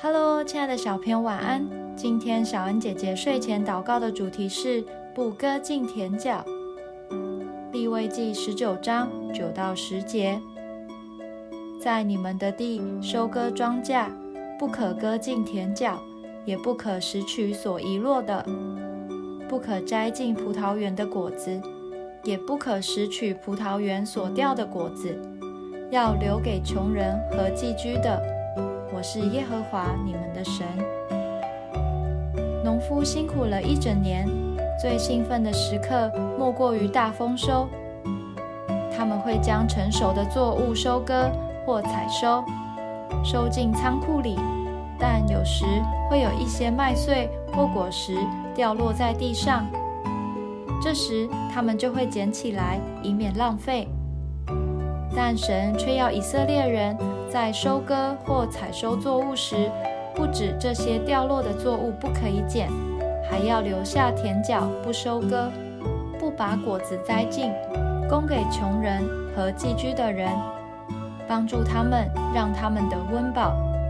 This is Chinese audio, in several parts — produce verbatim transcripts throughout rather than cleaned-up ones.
Hello， 亲爱的小朋友，晚安。今天小恩姐姐睡前祷告的主题是不割尽田角。利未记十九章九到十节，在你们的地收割庄稼，不可割尽田角，也不可拾取所遗落的，不可摘尽葡萄园的果子，也不可拾取葡萄园所掉的果子，要留给穷人和寄居的。我是耶和华你们的神。农夫辛苦了一整年，最兴奋的时刻莫过于大丰收。他们会将成熟的作物收割或采收，收进仓库里，但有时会有一些麦穗或果实掉落在地上，这时他们就会捡起来，以免浪费。但神却要以色列人在收割或采收作物时，不止这些掉落的作物不可以捡，还要留下田角不收割，不把果子摘尽，供给穷人和寄居的人，帮助他们，让他们得温饱。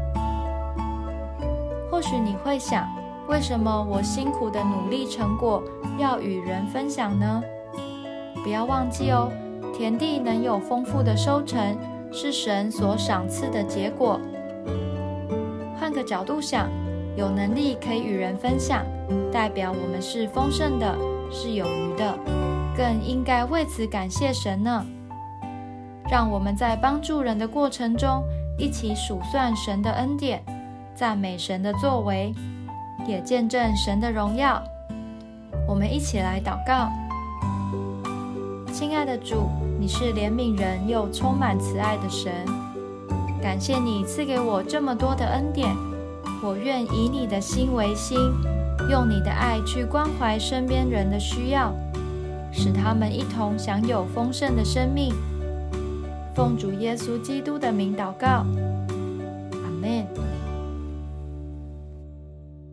或许你会想，为什么我辛苦的努力成果要与人分享呢？不要忘记哦，田地能有丰富的收成，是神所赏赐的结果。换个角度想，有能力可以与人分享，代表我们是丰盛的，是有余的，更应该为此感谢神呢。让我们在帮助人的过程中，一起数算神的恩典，赞美神的作为，也见证神的荣耀。我们一起来祷告。亲爱的主，你是怜悯人又充满慈爱的神，感谢你赐给我这么多的恩典，我愿以你的心为心，用你的爱去关怀身边人的需要，使他们一同享有丰盛的生命。奉主耶稣基督的名祷告，阿们。